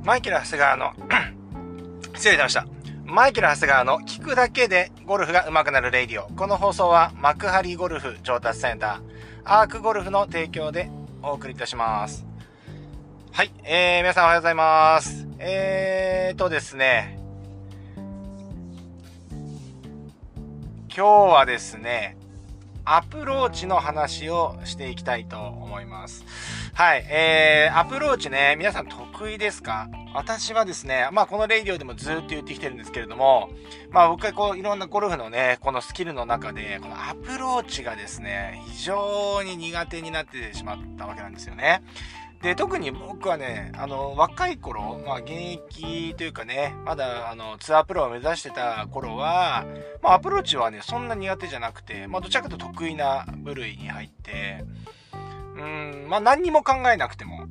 マイケル・長谷川の失礼しました。マイケル・長谷川の聞くだけでゴルフが上手くなるレイディオ。この放送は幕張ゴルフ上達センターアークゴルフの提供でお送りいたします。はい、皆さんおはようございます。ですね、今日はですね、アプローチの話をしていきたいと思います。はい、アプローチね、皆さん得意ですか？私はですね、このレイディオでもずっと言ってきてるんですけれども、僕はいろんなゴルフのね、このスキルの中で、このアプローチがですね、非常に苦手になってしまったわけなんですよね。で、特に僕はね、若い頃、現役というかね、まだ、ツアープロを目指してた頃は、アプローチはね、そんな苦手じゃなくて、どちらかと得意な部類に入って、何にも考えなくても、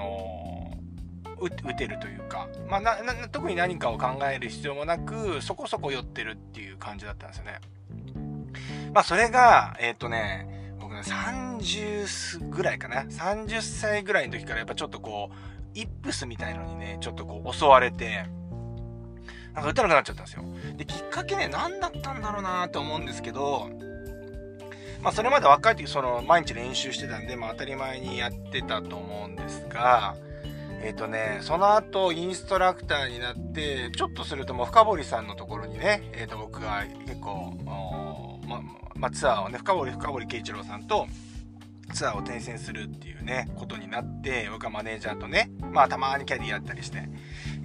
打てるというか、特に何かを考える必要もなく、そこそこ寄ってるっていう感じだったんですよね。それが、僕ね、30ぐらいかな。30歳ぐらいの時からやっぱちょっとこう、イップスみたいのにね、ちょっとこう襲われて、なんか打てなくなっちゃったんですよ。で、きっかけね、何だったんだろうなと思うんですけど、それまで若い時、毎日練習してたんで、当たり前にやってたと思うんですが、その後、インストラクターになって、ちょっとするともう深堀さんのところにね、僕が結構、ツアーをね、深堀圭一郎さんとツアーを転戦するっていうね、ことになって、僕はマネージャーとね、たまにキャディーやったりして、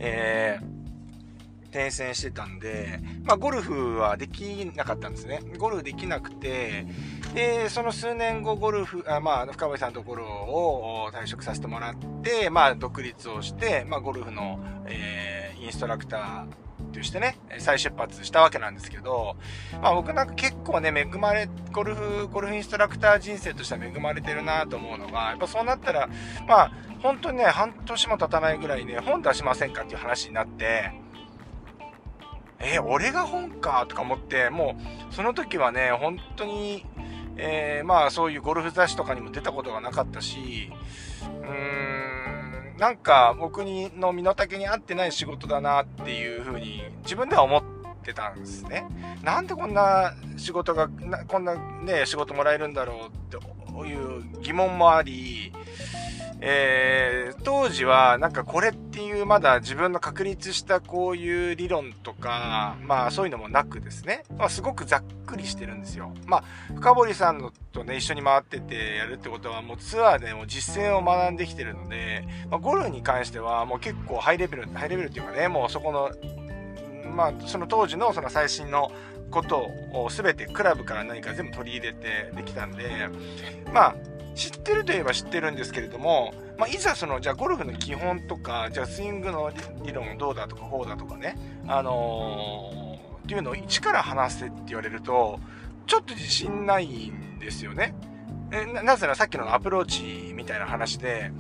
転戦してたんで、ゴルフはできなかったんですね。ゴルフできなくて、で、その数年後ゴルフ、深堀さんのところを退職させてもらって、独立をして、ゴルフの、インストラクターとしてね、再出発したわけなんですけど、僕なんか結構ね、ゴルフインストラクター人生としては恵まれてるなと思うのが、やっぱそうなったら、本当にね、半年も経たないぐらいね、本出しませんかっていう話になって、俺が本かとか思って、もう、その時はね、本当に、そういうゴルフ雑誌とかにも出たことがなかったし、なんか僕の身の丈に合ってない仕事だなっていう風に自分では思ってたんですね。なんでこんな仕事が、こんなね、仕事もらえるんだろうっていう疑問もあり、当時はなんかこれっていうまだ自分の確立したこういう理論とか、そういうのもなくですね、すごくざっくりしてるんですよ。深堀さんのとね、一緒に回っててやるってことはもうツアーでも実践を学んできてるので、ゴルフに関してはもう結構ハイレベルっていうかね、もうそこの、その当時のその最新のことを全てクラブから何か全部取り入れてできたんで、知ってるといえば知ってるんですけれども、いざじゃあゴルフの基本とか、じゃあスイングの理論どうだとかこうだとかね、っていうのを一から話せって言われると、ちょっと自信ないんですよね。なぜならさっきのアプローチみたいな話で、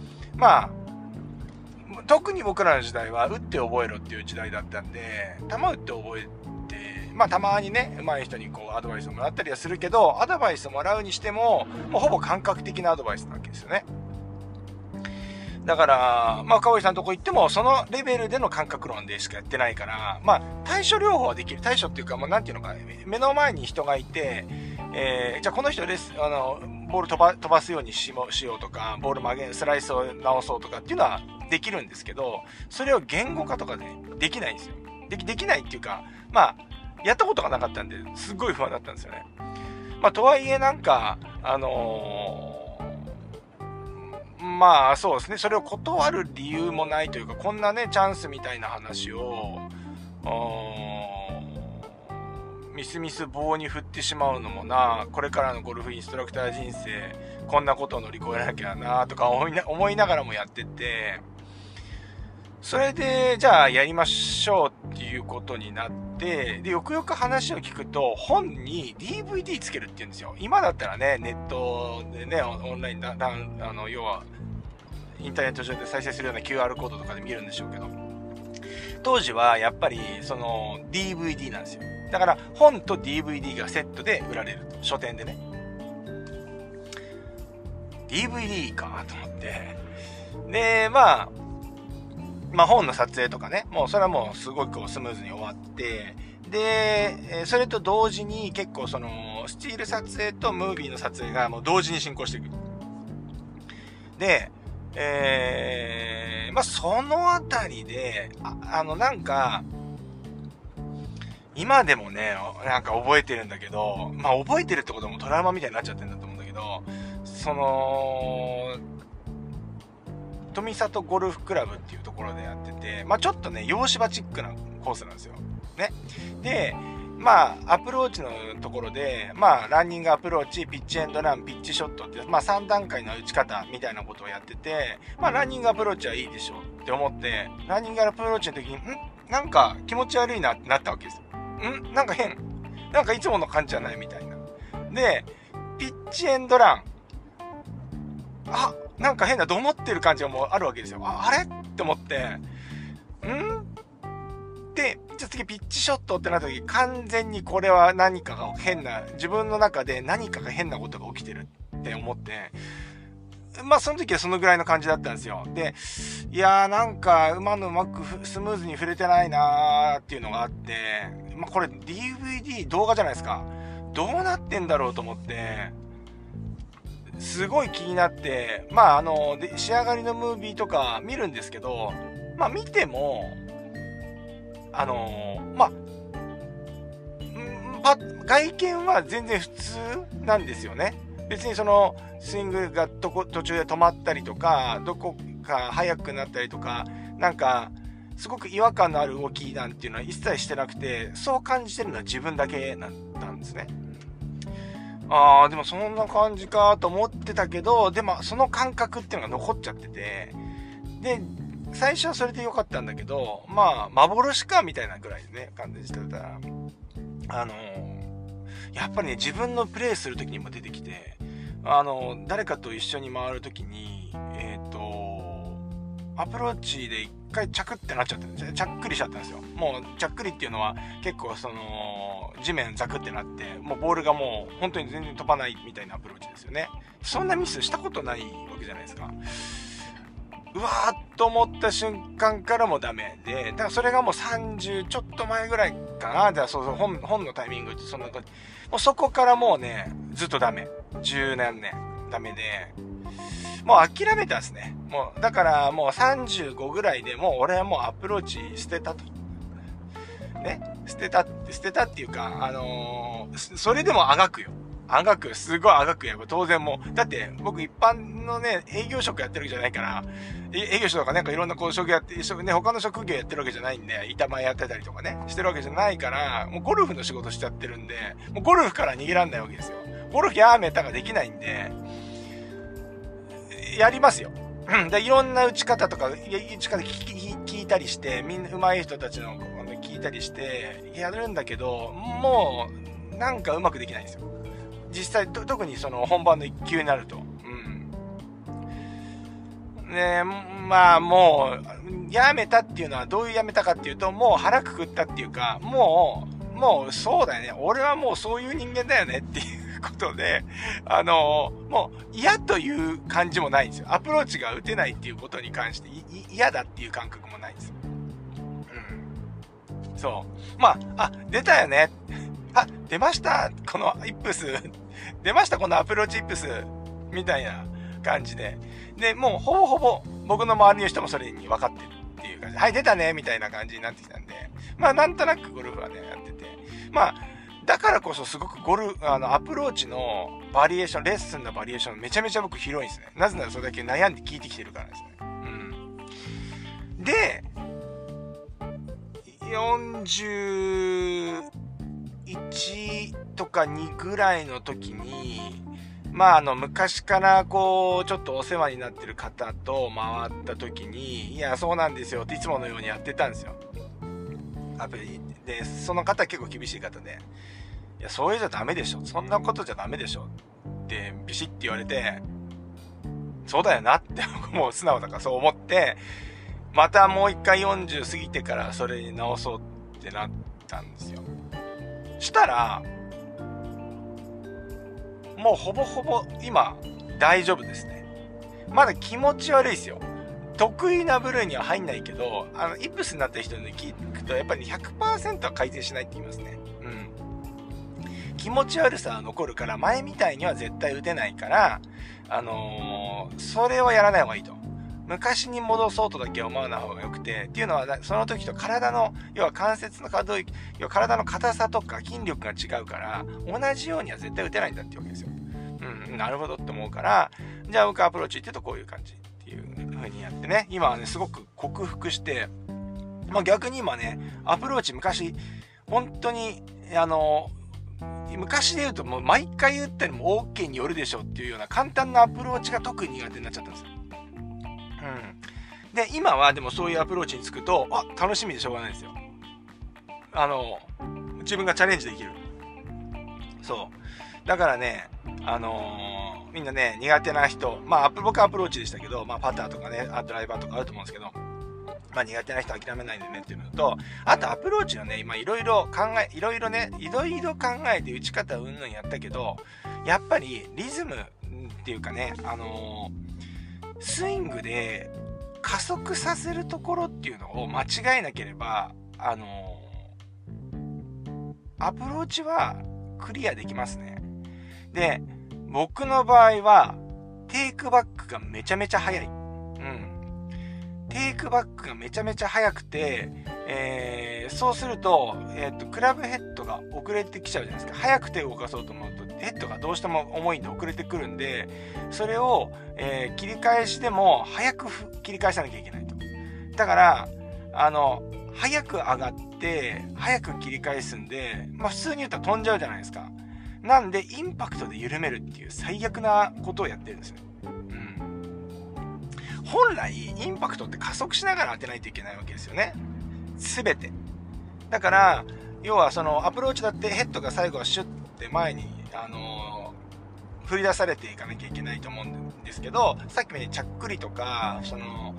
特に僕らの時代は打って覚えろっていう時代だったんで、球打って覚えて、たまにね、上手い人にこうアドバイスをもらったりはするけど、アドバイスをもらうにしても、もうほぼ感覚的なアドバイスなわけですよね。だから、深堀さんのとこ行っても、そのレベルでの感覚論でしかやってないから、対処療法はできる。対処っていうか、なんていうのか、目の前に人がいて、じゃあこの人ボール飛ばすようにしようとか、ボールスライスを直そうとかっていうのはできるんですけど、それを言語化とかでできないんですよ。できないっていうか、やったことがなかったんで、すっごい不安だったんですよね。とはいえなんか、そうですね、それを断る理由もないというか、こんなね、チャンスみたいな話を、みすみす棒に振ってしまうのもな、これからのゴルフインストラクター人生、こんなことを乗り越えなきゃな、とか思いながらもやってて、それで、じゃあやりましょうっていうことになって、で、よくよく話を聞くと、本に DVD つけるって言うんですよ。今だったらね、ネットでね、オンライン要は、インターネット上で再生するような QR コードとかで見るんでしょうけど、当時はやっぱり、DVD なんですよ。だから、本と DVD がセットで売られると。書店でね。DVD かと思って。で、 まあ本の撮影とかね、もうそれはもうすごいこうスムーズに終わって、で、それと同時に結構その、スチール撮影とムービーの撮影がもう同時に進行していく。で、まあそのあたりで、なんか、今でもね、なんか覚えてるんだけど、まあ覚えてるってこともトラウマみたいになっちゃってるんだと思うんだけど、その、富里ゴルフクラブっていうところでやってて、まあちょっとね、洋芝チックなコースなんですよ。ね。で、まあアプローチのところで、まあランニングアプローチ、ピッチエンドラン、ピッチショットって、まあ3段階の打ち方みたいなことをやってて、まあランニングアプローチはいいでしょうって思って、ランニングアプローチの時に、なんか気持ち悪いなってなったわけですよ。なんか変。なんかいつもの感じじゃないみたいな。で、ピッチエンドラン。なんか変などもってる感じがもうあるわけですよ。あれって思って、で、じゃあ次ピッチショットってなった時、完全にこれは何かが変な、自分の中で何かが変なことが起きてるって思って、まあその時はそのぐらいの感じだったんですよ。で、いやーなんかうまくスムーズに触れてないなーっていうのがあって、まあこれ DVD 動画じゃないですか。どうなってんだろうと思って、すごい気になって、まあで仕上がりのムービーとか見るんですけど、まあ見ても、まあ、外見は全然普通なんですよね。別にそのスイングが途中で止まったりとか、どこか速くなったりとか、なんかすごく違和感のある動きなんていうのは一切してなくて、そう感じてるのは自分だけなんですね。でもそんな感じかと思ってたけど、でもその感覚っていうのが残っちゃってて、で、最初はそれで良かったんだけど、まあ、幻かみたいなぐらいでね、感じしてたら、やっぱりね、自分のプレイするときにも出てきて、誰かと一緒に回るときに、アプローチで一回チャクってなっちゃったんですよ。チャックリしちゃったんですよ。もう、チャックリっていうのは結構その、地面ザクってなって、もうボールがもう本当に全然飛ばないみたいなアプローチですよね。そんなミスしたことないわけじゃないですか。うわーっと思った瞬間からもダメで、だからそれがもう30ちょっと前ぐらいかな。じゃあそう本のタイミングってそんな感じ。もうそこからもうね、ずっとダメ。10年ね、ダメで、もう諦めたんですね。もう、だからもう35ぐらいでもう俺はもうアプローチ捨てたと。ね。捨てたっていうか、それでもあがくよ。すごいあがくよ。当然もう、だって僕一般のね、営業職やってるわけじゃないから、営業職とかなんかいろんなこう職業やって、ね、他の職業やってるわけじゃないんで、板前やってたりとかね、してるわけじゃないから、もうゴルフの仕事しちゃってるんで、もうゴルフから逃げらんないわけですよ。ゴルフやめたができないんで、やりますよ。でいろんな打ち方とか、打ち方聞いたりして、みんな上手い人たちの聞いたりして、やるんだけど、もう、なんかうまくできないんですよ。実際、特にその本番の1級になると。ね、まあもう、やめたっていうのはどういうやめたかっていうと、もう腹くくったっていうか、もうそうだよね。俺はもうそういう人間だよねっていうことで、もう嫌という感じもないんですよ。アプローチが打てないっていうことに関して嫌だっていう感覚もないんですよ。そう。まあ、出たよね。出ましたこのイップス。出ましたこのアプローチイップス。みたいな感じで。で、もうほぼほぼ僕の周りの人もそれに分かってるっていう感じで。はい、出たねみたいな感じになってきたんで。まあ、なんとなくゴルフはね、やってて。まあ、だからこそすごくアプローチのバリエーション、レッスンのバリエーションめちゃめちゃ僕広いんですね。なぜならそれだけ悩んで聞いてきてるからですね。で、41とか2ぐらいの時に、まあ昔からこう、ちょっとお世話になってる方と回った時に、いや、そうなんですよっていつものようにやってたんですよ。アプリで、その方結構厳しい方で、いや、そういうじゃダメでしょ。そんなことじゃダメでしょ。ってビシッて言われて、そうだよなってもう素直だからそう思って、またもう一回40過ぎてからそれに直そうってなったんですよ。したら、もうほぼほぼ今大丈夫ですね。まだ気持ち悪いですよ。 得意な部類には入んないけど、イップスになった人に聞くと、やっぱり 100% は改善しないって言いますね。気持ち悪さは残るから、前みたいには絶対打てないから、それはやらない方がいいと。昔に戻そうとだけ思わない方がよくて、っていうのは、その時と体の、要は関節の可動域、要は体の硬さとか筋力が違うから、同じようには絶対打てないんだっていうわけですよ。なるほどって思うから、じゃあ僕アプローチって言うとこういう感じっていう風にやってね、今はね、すごく克服して、逆に今ね、アプローチ昔、本当に、昔で言うともう毎回打ったりも OK によるでしょっていうような簡単なアプローチが特に苦手になっちゃったんですよ。で、今はでもそういうアプローチにつくと、楽しみでしょうがないですよ。自分がチャレンジできる。そう。だからね、みんなね、苦手な人、僕はアプローチでしたけど、パターとかね、ドライバーとかあると思うんですけど、苦手な人は諦めないでねっていうのと、あとアプローチのね、今いろいろ考えて打ち方うんぬんやったけど、やっぱりリズムっていうかね、スイングで加速させるところっていうのを間違えなければ、アプローチはクリアできますね。で、僕の場合は、テイクバックがめちゃめちゃ速い。テイクバックがめちゃめちゃ速くて、そうすると、クラブヘッドが遅れてきちゃうじゃないですか。早く手を動かそうと思うと、ヘッドがどうしても重いんで遅れてくるんで、それを、切り返しでも早く切り返さなきゃいけないと。だから、早く上がって、早く切り返すんで、普通に言ったら飛んじゃうじゃないですか。なんで、インパクトで緩めるっていう最悪なことをやってるんですよ。本来インパクトって加速しながら当てないといけないわけですよね。すべて。だから要はそのアプローチだってヘッドが最後はシュッて前に振り出されていかなきゃいけないと思うんですけど、さっきみたいにちゃっくりとかその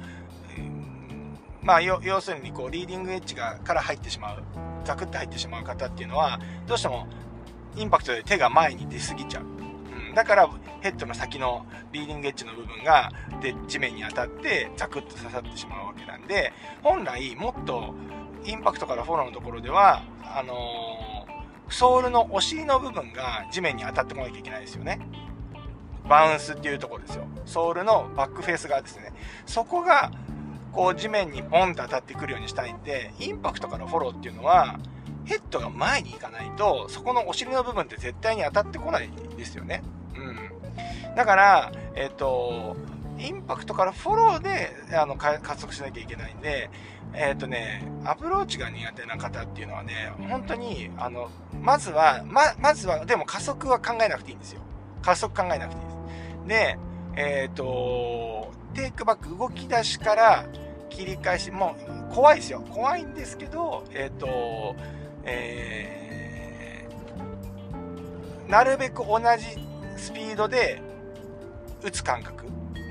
要するにこうリーディングエッジから入ってしまう、ザクッと入ってしまう方っていうのはどうしてもインパクトで手が前に出過ぎちゃう。だからヘッドの先のリーディングエッジの部分が地面に当たってザクッと刺さってしまうわけなんで、本来もっとインパクトからフォローのところではソールのお尻の部分が地面に当たってこなきゃいけないですよね。バウンスっていうところですよ。ソールのバックフェース側ですね。そこがこう地面にポンと当たってくるようにしたいんで、インパクトからフォローっていうのはヘッドが前に行かないとそこのお尻の部分って絶対に当たってこないですよね。だからインパクトからフォローで加速しなきゃいけないんで、アプローチが苦手な方っていうのはね、本当にまずはでも加速は考えなくていいんですよ。加速考えなくていいです。でテイクバック動き出しから切り返しもう怖いですよ。怖いんですけどなるべく同じスピードで打つ感覚、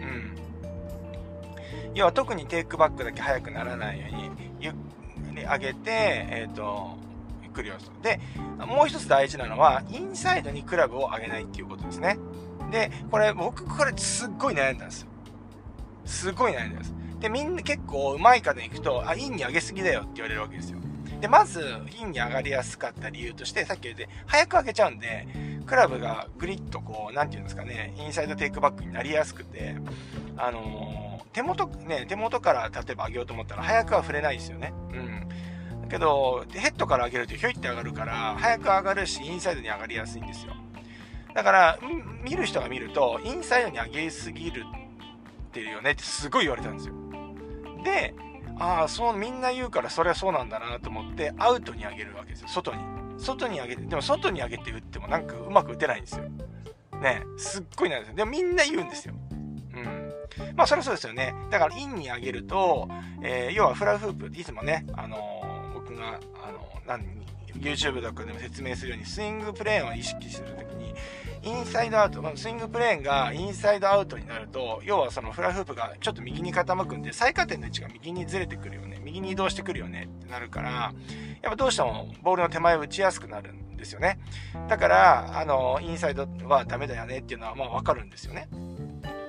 要は特にテイクバックだけ速くならないようにゆっくり上げてゆっくり押す。でもう一つ大事なのはインサイドにクラブを上げないっていうことですね。で僕これすっごい悩んだんですよ。すごい悩んだんです。でみんな結構上手い方に行くとインに上げすぎだよって言われるわけですよ。でまずインに上がりやすかった理由として、さっき言って早く上げちゃうんでクラブがグリッとこうなんていうんですかね、インサイドテイクバックになりやすくて手元から例えば上げようと思ったら早くは触れないですよね。だけどヘッドから上げるとひょいって上がるから早く上がるしインサイドに上がりやすいんですよ。だから見る人が見るとインサイドに上げすぎるってるよねってすごい言われたんですよ。でそうみんな言うからそれはそうなんだなと思ってアウトに上げるわけですよ。外に上げて、でも外に上げて打ってもなんかうまく打てないんですよね。すっごいなんですよ。でもみんな言うんですよ。それはそうですよね。だからインに上げると、要はフラフープいつもね僕がYouTube とかでも説明するようにスイングプレーンを意識するときにインサイドアウト、スイングプレーンがインサイドアウトになると、要はそのフラフープがちょっと右に傾くんで最下点の位置が右にずれてくるよね、右に移動してくるよねってなるから、やっぱどうしてもボールの手前を打ちやすくなるんですよね。だからインサイドはダメだよねっていうのは分かるんですよね。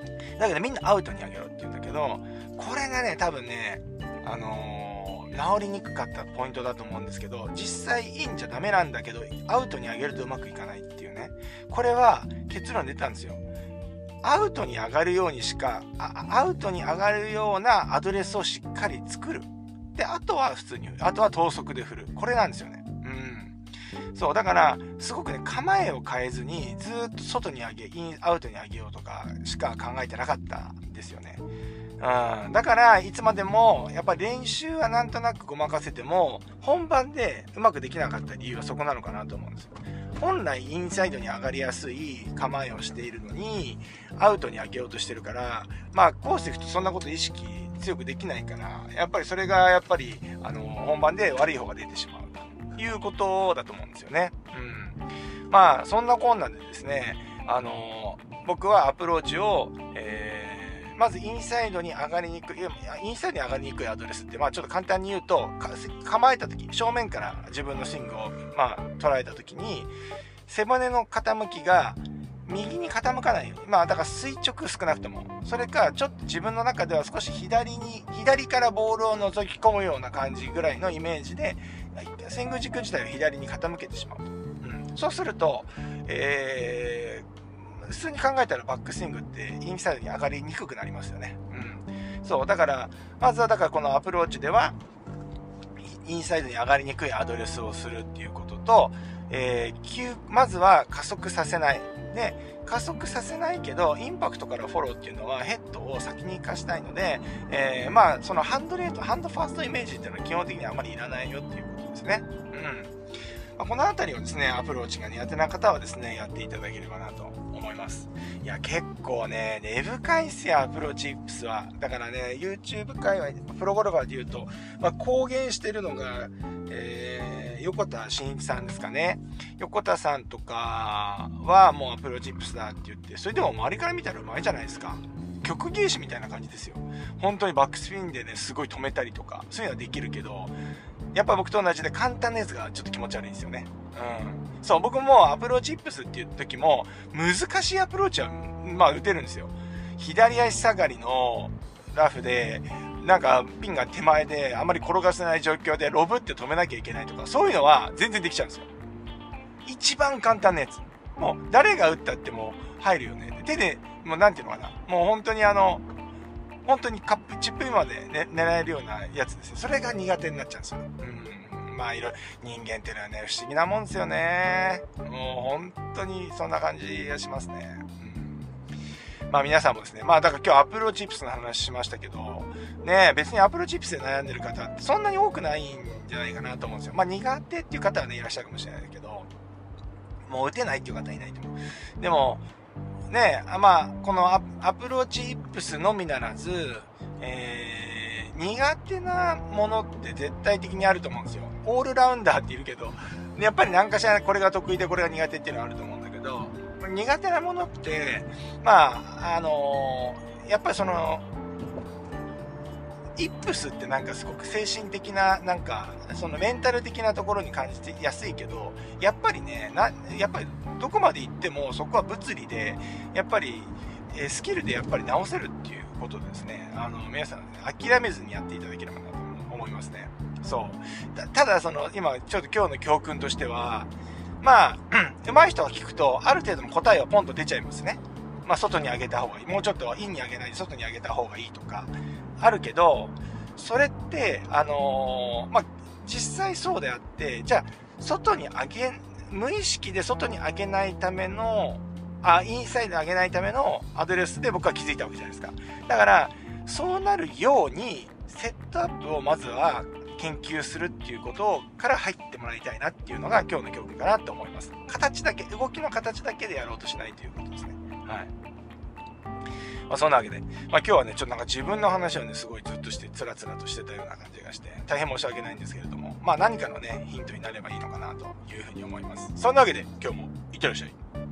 だけどみんなアウトに上げろって言うんだけど、これがね、多分ね、治りにくかったポイントだと思うんですけど、実際いいんじゃダメなんだけど、アウトに上げるとうまくいかないっていうね。これは結論出たんですよ。アウトに上がるようにしか、アウトに上がるようなアドレスをしっかり作る。で、あとはあとは等速で振る。これなんですよね。そう、だから、すごくね、構えを変えずに、ずっと外にアウトに上げようとかしか考えてなかったんですよね。だから、いつまでも、やっぱり練習はなんとなくごまかせても、本番でうまくできなかった理由はそこなのかなと思うんですよ。本来、インサイドに上がりやすい構えをしているのに、アウトに上げようとしてるから、コースでいくとそんなこと意識強くできないから、やっぱりそれが、本番で悪い方が出てしまうということだと思うんですよね。そんなこんなんでですね、僕はアプローチを、まずインサイドに上がりにくいアドレスって、ちょっと簡単に言うと、構えた時、正面から自分のスイングを、捉えた時に、背骨の傾きが右に傾かないように、だから垂直少なくとも、それかちょっと自分の中では少し左からボールを覗き込むような感じぐらいのイメージで、スイング軸自体を左に傾けてしまうと。そうすると、普通に考えたらバックスイングってインサイドに上がりにくくなりますよね。そう、だから、まずはこのアプローチでは、インサイドに上がりにくいアドレスをするっていうことと、まずは加速させない。で、加速させないけど、インパクトからフォローっていうのはヘッドを先に活かしたいので、そのハンドファーストイメージっていうのは基本的にあまりいらないよっていうことですね。このあたりをですね、アプローチが苦手な方はですね、やっていただければなと思います。いや、結構ね、根深いっすよ、アプローチイップスは。だからね、YouTube 界隈、プロゴルファーで言うと、公言してるのが、横田真一さんですかね。横田さんとかはもうアプローチイップスだって言って、それでも周りから見たらうまいじゃないですか。曲芸師みたいな感じですよ。本当にバックスピンでね、すごい止めたりとか、そういうのはできるけど、やっぱ僕と同じで簡単なやつがちょっと気持ち悪いんですよね。そう、僕もアプローチイップスっていう時も、難しいアプローチは、打てるんですよ。左足下がりのラフで、ピンが手前であまり転がせない状況でロブって止めなきゃいけないとか、そういうのは全然できちゃうんですよ。一番簡単なやつ。もう誰が打ったっても入るよね。手で、もうなんていうのかな。もう本当に本当にチップインまで、ね、狙えるようなやつですね。それが苦手になっちゃうんですよ。人間っていうのはね、不思議なもんですよね。もう本当にそんな感じがしますね。皆さんもですね、だから今日アプローチイップスの話しましたけど、ね、別にアプローチイップスで悩んでる方ってそんなに多くないんじゃないかなと思うんですよ。苦手っていう方はね、いらっしゃるかもしれないけど、もう打てないっていう方はいないと思う。でも、ね、このアプローチイップスのみならず、苦手なものって絶対的にあると思うんですよ。オールラウンダーって言うけど、やっぱり何かしらこれが得意でこれが苦手っていうのはあると思うんだけど、苦手なものって、やっぱりその、イップスってすごく精神的な、そのメンタル的なところに感じてやすいけど、やっぱりね、やっぱりどこまで行ってもそこは物理で、やっぱり、スキルでやっぱり直せるっていうことですね。皆さん、諦めずにやっていただければなと思いますね。そう。ただ、今日の教訓としては、上手い人が聞くと、ある程度の答えはポンと出ちゃいますね。外に上げた方がいい。もうちょっとインに上げないで外に上げた方がいいとか、あるけど、それって、実際そうであって、じゃあ、無意識で外に上げないための、インサイド上げないためのアドレスで僕は気づいたわけじゃないですか。だから、そうなるように、セットアップをまずは研究するっていうことから入ってもらいたいなっていうのが今日の教訓かなと思います。動きの形だけでやろうとしないということですね。はい。そんなわけで、今日はね、ちょっと自分の話をね、すごいずっとしてつらつらとしてたような感じがして、大変申し訳ないんですけれども、何かのね、ヒントになればいいのかなというふうに思います。そんなわけで、今日もいってらっしゃい。